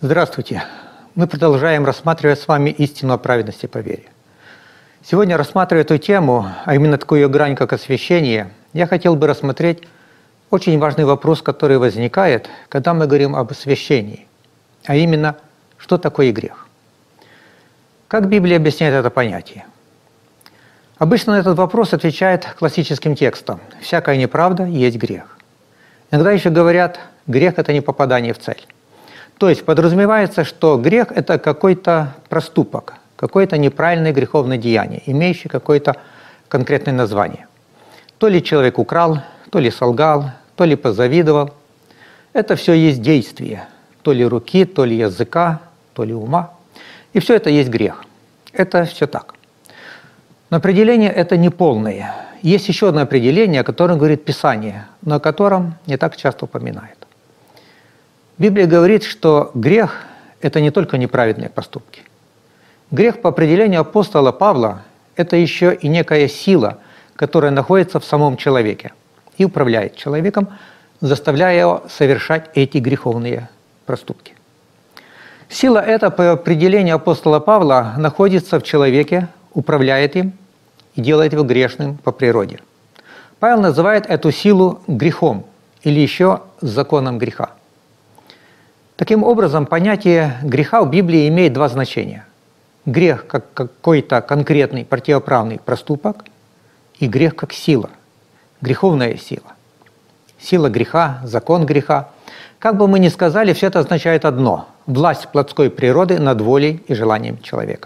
Здравствуйте! Мы продолжаем рассматривать с вами истину о праведности по вере. Сегодня, рассматривая эту тему, а именно такую ее грань, как освящение, я хотел бы рассмотреть очень важный вопрос, который возникает, когда мы говорим об освящении, а именно, что такое грех. Как Библия объясняет это понятие? Обычно на этот вопрос отвечает классическим текстом: «Всякая неправда есть грех». Иногда еще говорят: грех – это не попадание в цель. То есть подразумевается, что грех – это какой-то проступок, какое-то неправильное греховное деяние, имеющее какое-то конкретное название. То ли человек украл, то ли солгал, то ли позавидовал. Это все есть действие, то ли руки, то ли языка, то ли ума. И все это есть грех. Это все так. Но определение это не полное. Есть еще одно определение, о котором говорит Писание, но о котором не так часто упоминает. Библия говорит, что грех – это не только неправедные поступки. Грех, по определению апостола Павла, это еще и некая сила, которая находится в самом человеке и управляет человеком, заставляя его совершать эти греховные проступки. Сила эта, по определению апостола Павла, находится в человеке, управляет им и делает его грешным по природе. Павел называет эту силу грехом или еще законом греха. Таким образом, понятие греха в Библии имеет два значения. Грех как какой-то конкретный противоправный проступок и грех как сила, греховная сила. Сила греха, закон греха. Как бы мы ни сказали, все это означает одно – власть плотской природы над волей и желанием человека.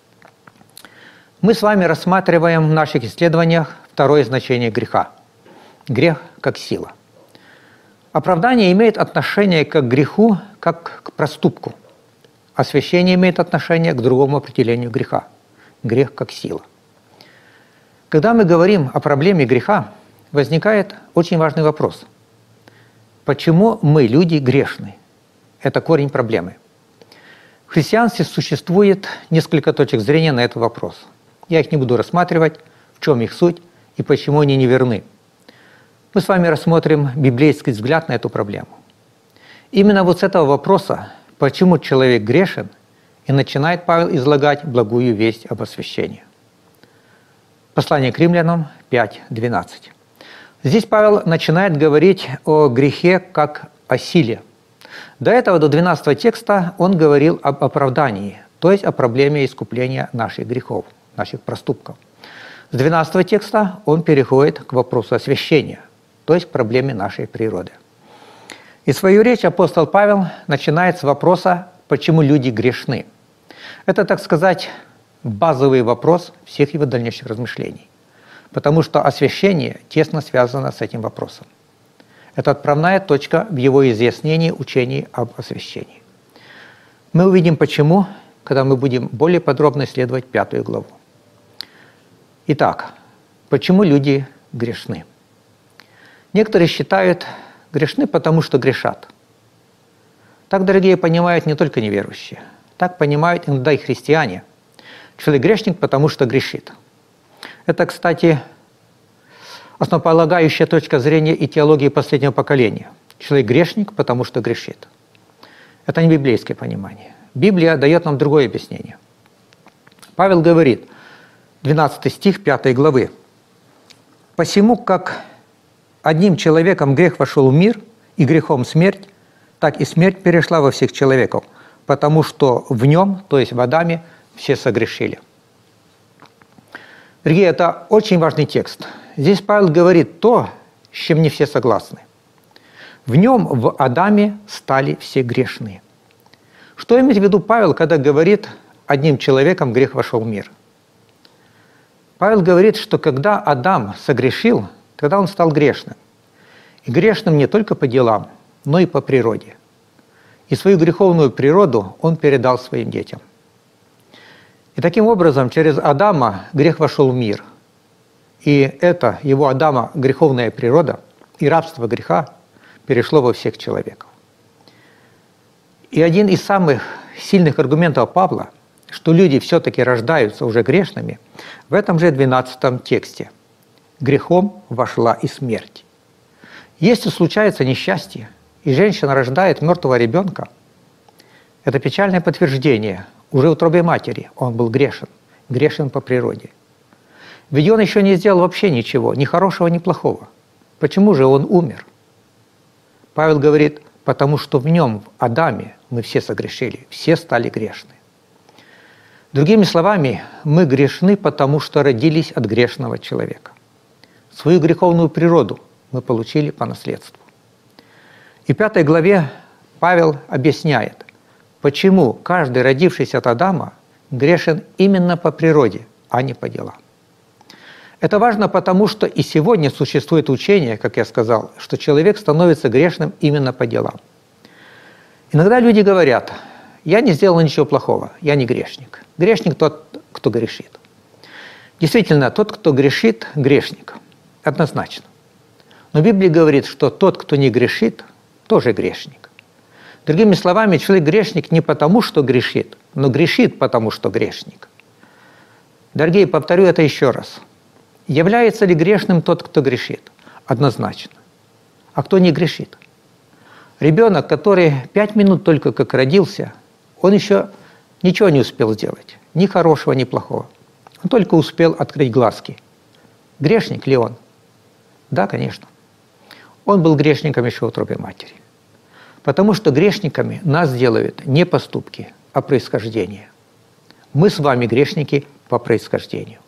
Мы с вами рассматриваем в наших исследованиях второе значение греха – грех как сила. Оправдание имеет отношение к греху, как к проступку. Освящение имеет отношение к другому определению греха – грех как сила. Когда мы говорим о проблеме греха, возникает очень важный вопрос. Почему мы, люди, грешны? Это корень проблемы. В христианстве существует несколько точек зрения на этот вопрос. Я их не буду рассматривать, в чем их суть и почему они неверны. Мы с вами рассмотрим библейский взгляд на эту проблему. Именно вот с этого вопроса, почему человек грешен, и начинает Павел излагать благую весть об освящении. Послание к Римлянам 5:12. Здесь Павел начинает говорить о грехе как о силе. До этого, до 12 текста, он говорил об оправдании, то есть о проблеме искупления наших грехов, наших проступков. С 12 текста он переходит к вопросу освящения, то есть к проблеме нашей природы. И свою речь апостол Павел начинает с вопроса, почему люди грешны. Это, так сказать, базовый вопрос всех его дальнейших размышлений, потому что освящение тесно связано с этим вопросом. Это отправная точка в его изъяснении учений об освящении. Мы увидим почему, когда мы будем более подробно исследовать 5 главу. Итак, почему люди грешны? Некоторые считают грешны, потому что грешат. Так, дорогие, понимают не только неверующие. Так понимают иногда и христиане. Человек грешник, потому что грешит. Это, кстати, основополагающая точка зрения и теологии последнего поколения. Человек грешник, потому что грешит. Это не библейское понимание. Библия дает нам другое объяснение. Павел говорит, 12 стих 5 главы. «Посему, как одним человеком грех вошел в мир, и грехом смерть, так и смерть перешла во всех человеков, потому что в нем, то есть в Адаме, все согрешили». Дорогие, это очень важный текст. Здесь Павел говорит то, с чем не все согласны. В нем, в Адаме, стали все грешные. Что имеет в виду Павел, когда говорит, одним человеком грех вошел в мир? Павел говорит, что когда Адам согрешил, тогда он стал грешным. И грешным не только по делам, но и по природе. И свою греховную природу он передал своим детям. И таким образом, через Адама грех вошел в мир. И это его Адама греховная природа и рабство греха перешло во всех человеков. И один из самых сильных аргументов Павла, что люди все-таки рождаются уже грешными, в этом же 12 тексте. Грехом вошла и смерть. Если случается несчастье, и женщина рождает мертвого ребенка, Это печальное подтверждение. Уже в утробе матери он был грешен, грешен по природе. Ведь он еще не сделал вообще ничего, ни хорошего, ни плохого. Почему же он умер? Павел говорит, потому что в нем, в Адаме, мы все согрешили, все стали грешны. Другими словами, мы грешны, потому что родились от грешного человека. Свою греховную природу мы получили по наследству. И в 5 главе Павел объясняет, почему каждый, родившийся от Адама, грешен именно по природе, а не по делам. Это важно потому, что и сегодня существует учение, как я сказал, что человек становится грешным именно по делам. Иногда люди говорят, я не сделал ничего плохого, я не грешник. Грешник тот, кто грешит. Действительно, тот, кто грешит, грешник. Однозначно. Но Библия говорит, что тот, кто не грешит, тоже грешник. Другими словами, человек грешник не потому, что грешит, но грешит потому, что грешник. Дорогие, повторю это еще раз. Является ли грешным тот, кто грешит? Однозначно. А кто не грешит? Ребенок, который 5 минут только как родился, он еще ничего не успел сделать. Ни хорошего, ни плохого. Он только успел открыть глазки. Грешник ли он? Да, конечно. Он был грешником еще в утробе матери. Потому что грешниками нас делают не поступки, а происхождение. Мы с вами грешники по происхождению.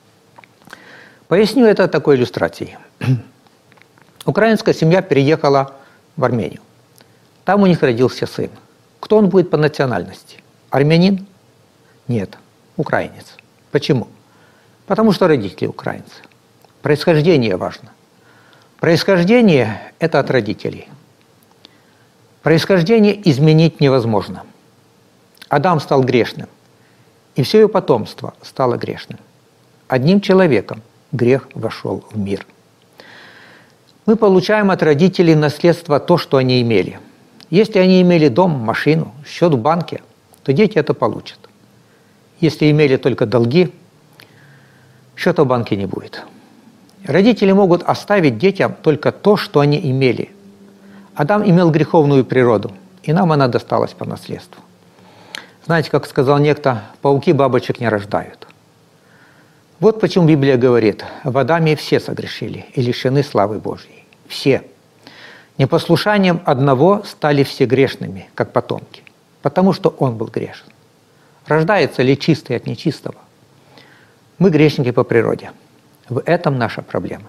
Поясню это такой иллюстрацией. Украинская семья переехала в Армению. Там у них родился сын. Кто он будет по национальности? Армянин? Нет, украинец. Почему? Потому что родители украинцы. Происхождение важно. Происхождение – это от родителей. Происхождение изменить невозможно. Адам стал грешным, и все его потомство стало грешным. Одним человеком грех вошел в мир. Мы получаем от родителей наследство то, что они имели. Если они имели дом, машину, счет в банке, то дети это получат. Если имели только долги, счета в банке не будет. Родители могут оставить детям только то, что они имели. Адам имел греховную природу, и нам она досталась по наследству. Знаете, как сказал некто, пауки бабочек не рождают. Вот почему Библия говорит, в Адаме все согрешили и лишены славы Божьей. Все. Непослушанием одного стали все грешными, как потомки, потому что он был грешен. Рождается ли чистый от нечистого? Мы грешники по природе. В этом наша проблема.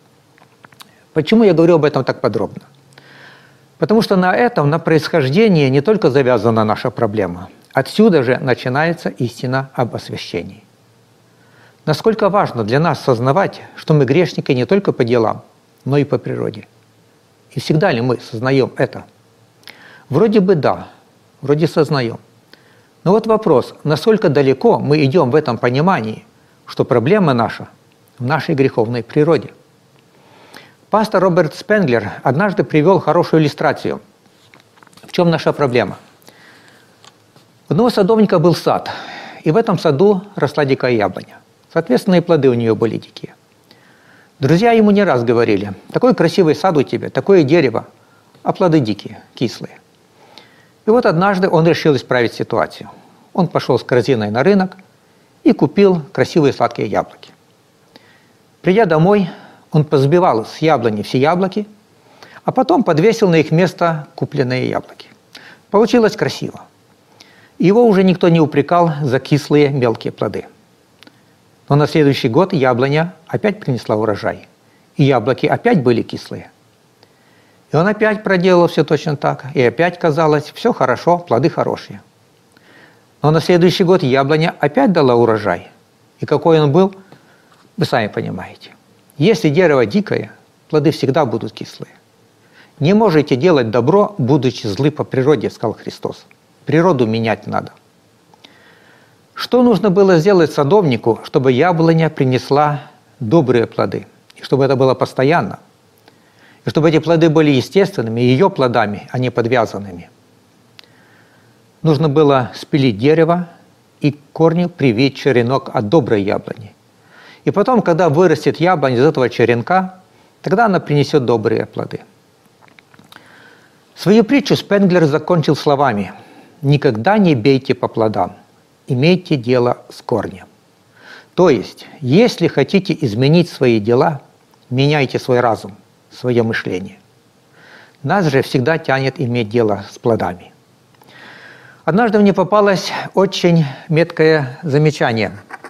Почему я говорю об этом так подробно? Потому что на этом, на происхождении не только завязана наша проблема. Отсюда же начинается истина об освящении. Насколько важно для нас сознавать, что мы грешники не только по делам, но и по природе. И всегда ли мы сознаем это? Вроде бы да, вроде сознаем. Но вот вопрос, насколько далеко мы идем в этом понимании, что проблема наша в нашей греховной природе. Пастор Роберт Спенглер однажды привел хорошую иллюстрацию. В чем наша проблема? У одного садовника был сад, и в этом саду росла дикая яблоня. Соответственно, и плоды у нее были дикие. Друзья ему не раз говорили, такой красивый сад у тебя, такое дерево, а плоды дикие, кислые. И вот однажды он решил исправить ситуацию. Он пошел с корзиной на рынок и купил красивые сладкие яблоки. Придя домой, он позбивал с яблони все яблоки, а потом подвесил на их место купленные яблоки. Получилось красиво. Его уже никто не упрекал за кислые мелкие плоды. Но на следующий год яблоня опять принесла урожай, и яблоки опять были кислые. И он опять проделал все точно так, и опять казалось, все хорошо, плоды хорошие. Но на следующий год яблоня опять дала урожай. И какой он был, вы сами понимаете. Если дерево дикое, плоды всегда будут кислые. Не можете делать добро, будучи злы по природе, сказал Христос. Природу менять надо. Что нужно было сделать садовнику, чтобы яблоня принесла добрые плоды? И чтобы это было постоянно? И чтобы эти плоды были естественными, ее плодами, а не подвязанными? Нужно было спилить дерево и к корню привить черенок от доброй яблони. И потом, когда вырастет яблонь из этого черенка, тогда она принесет добрые плоды. Свою притчу Спенглер закончил словами. никогда не бейте по плодам, имейте дело с корнем. То есть, если хотите изменить свои дела, меняйте свой разум, свое мышление. Нас же всегда тянет иметь дело с плодами. Однажды мне попалось очень меткое замечание.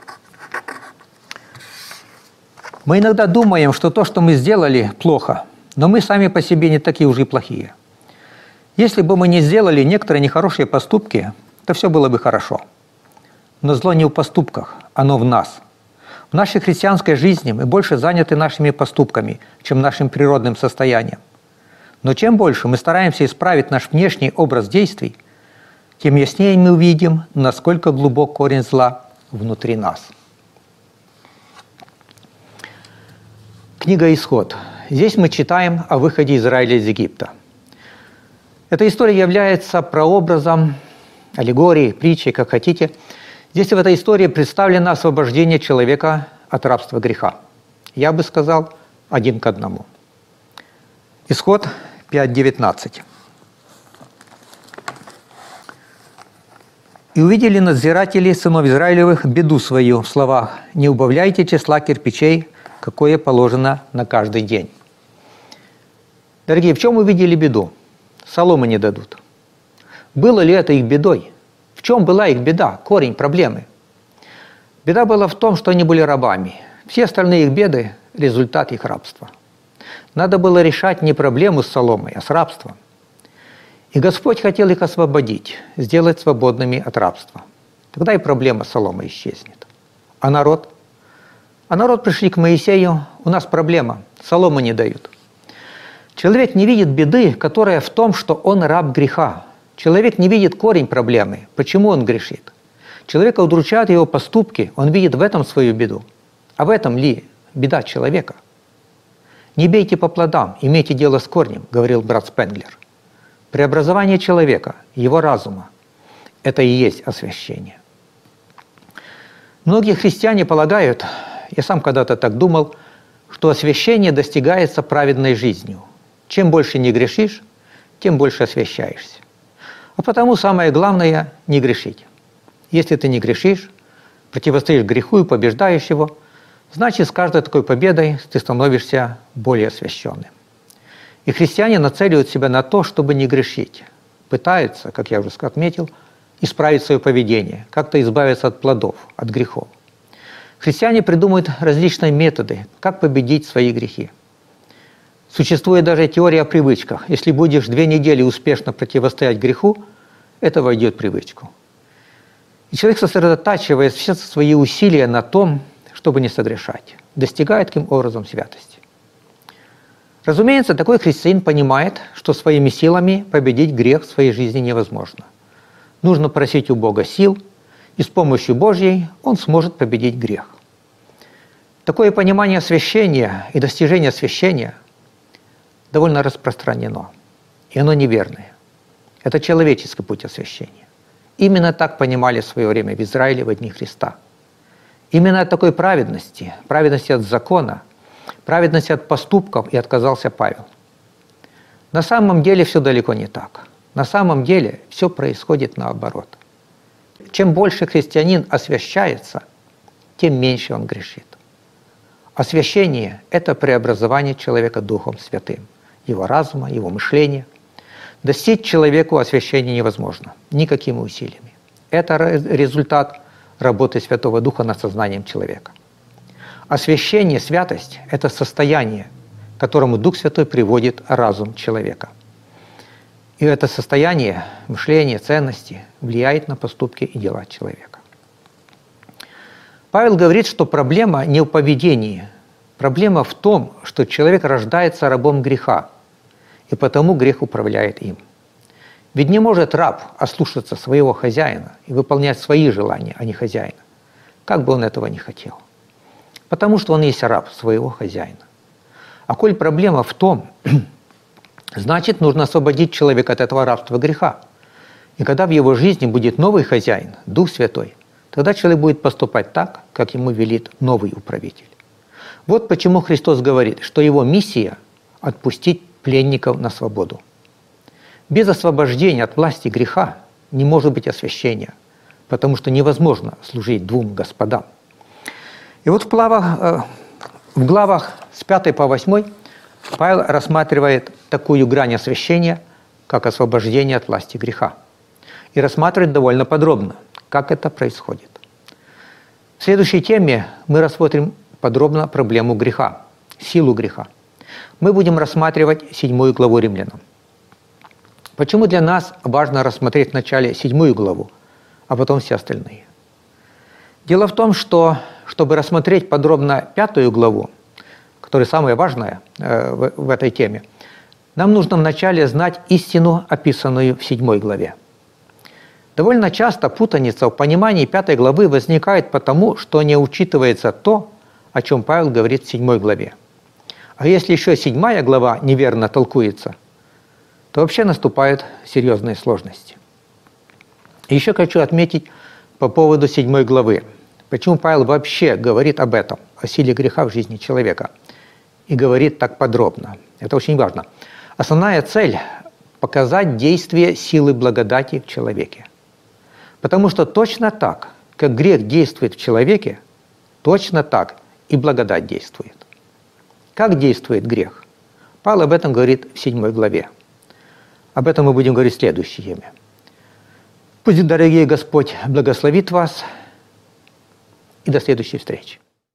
Мы иногда думаем, что то, что мы сделали, плохо, но мы сами по себе не такие уже и плохие. Если бы мы не сделали некоторые нехорошие поступки, то все было бы хорошо. Но зло не в поступках, оно в нас. В нашей христианской жизни мы больше заняты нашими поступками, чем нашим природным состоянием. Но чем больше мы стараемся исправить наш внешний образ действий, тем яснее мы увидим, насколько глубок корень зла внутри нас. Книга «Исход». Здесь мы читаем о выходе Израиля из Египта. Эта история является прообразом, аллегорией, притчей, как хотите. Здесь в этой истории представлено освобождение человека от рабства греха. Я бы сказал, 1 к 1. Исход 5:19. «И увидели надзиратели сынов Израилевых беду свою в словах: не убавляйте числа кирпичей, какое положено на каждый день». Дорогие, в чем увидели беду? Соломы не дадут. Было ли это их бедой? В чем была их беда, корень проблемы? Беда была в том, что они были рабами. Все остальные их беды – результат их рабства. Надо было решать не проблему с соломой, а с рабством. И Господь хотел их освободить, сделать свободными от рабства. Тогда и проблема с соломой исчезнет. А народ? А народ пришли к Моисею: у нас проблема, солому не дают. Человек не видит беды, которая в том, что он раб греха. Человек не видит корень проблемы, почему он грешит. Человека удручают его поступки, он видит в этом свою беду. А в этом ли беда человека? «Не бейте по плодам, имейте дело с корнем», говорил брат Спенглер. Преобразование человека, его разума – это и есть освящение. Многие христиане полагают, я сам когда-то так думал, что освящение достигается праведной жизнью. Чем больше не грешишь, тем больше освящаешься. А потому самое главное – не грешить. Если ты не грешишь, противостоишь греху и побеждаешь его, значит, с каждой такой победой ты становишься более освященным. И христиане нацеливают себя на то, чтобы не грешить. Пытаются, как я уже отметил, исправить свое поведение, как-то избавиться от плодов, от грехов. Христиане придумывают различные методы, как победить свои грехи. Существует даже теория о привычках. Если будешь 2 недели успешно противостоять греху, это войдет в привычку. И человек сосредотачивает все свои усилия на том, чтобы не согрешать, достигает таким образом святости. Разумеется, такой христианин понимает, что своими силами победить грех в своей жизни невозможно. Нужно просить у Бога сил, и с помощью Божьей он сможет победить грех. Такое понимание освящения и достижение освящения довольно распространено, и оно неверное. Это человеческий путь освящения. Именно так понимали в свое время в Израиле во дни Христа. Именно от такой праведности, праведности от закона, праведности от поступков и отказался Павел. На самом деле все далеко не так. На самом деле все происходит наоборот. Чем больше христианин освящается, тем меньше он грешит. Освящение – это преобразование человека Духом Святым, его разума, его мышления. Достичь человеку освящения невозможно никакими усилиями. Это результат работы Святого Духа над сознанием человека. Освящение, святость – это состояние, к которому Дух Святой приводит разум человека. И это состояние, мышление, ценности влияет на поступки и дела человека. Павел говорит, что проблема не в поведении. Проблема в том, что человек рождается рабом греха, и потому грех управляет им. Ведь не может раб ослушаться своего хозяина и выполнять свои желания, а не хозяина, как бы он этого не хотел. Потому что он есть раб своего хозяина. А коль проблема в том, значит, нужно освободить человека от этого рабства греха. И когда в его жизни будет новый хозяин, Дух Святой, тогда человек будет поступать так, как ему велит новый управитель. Вот почему Христос говорит, что его миссия – отпустить пленников на свободу. Без освобождения от власти греха не может быть освящения, потому что невозможно служить двум господам. И вот в главах с 5 по 8 Павел рассматривает такую грань освящения, как освобождение от власти греха. И рассматривает довольно подробно, как это происходит. В следующей теме мы рассмотрим подробно проблему греха, силу греха. Мы будем рассматривать 7 главу Римлянам. Почему для нас важно рассмотреть вначале 7 главу, а потом все остальные? Дело в том, что, чтобы рассмотреть подробно 5 главу, которая самая важная в этой теме, нам нужно вначале знать истину, описанную в 7 главе. Довольно часто путаница в понимании 5 главы возникает потому, что не учитывается то, о чем Павел говорит в 7 главе. А если еще 7 глава неверно толкуется, то вообще наступают серьезные сложности. Еще хочу отметить по поводу 7 главы. Почему Павел вообще говорит об этом, о силе греха в жизни человека, и говорит так подробно. Это очень важно. Основная цель – показать действие силы благодати в человеке. Потому что точно так, как грех действует в человеке, точно так и благодать действует. Как действует грех? Павел об этом говорит в 7 главе. Об этом мы будем говорить в следующей теме. Пусть, дорогие Господь, благословит вас и до следующей встречи.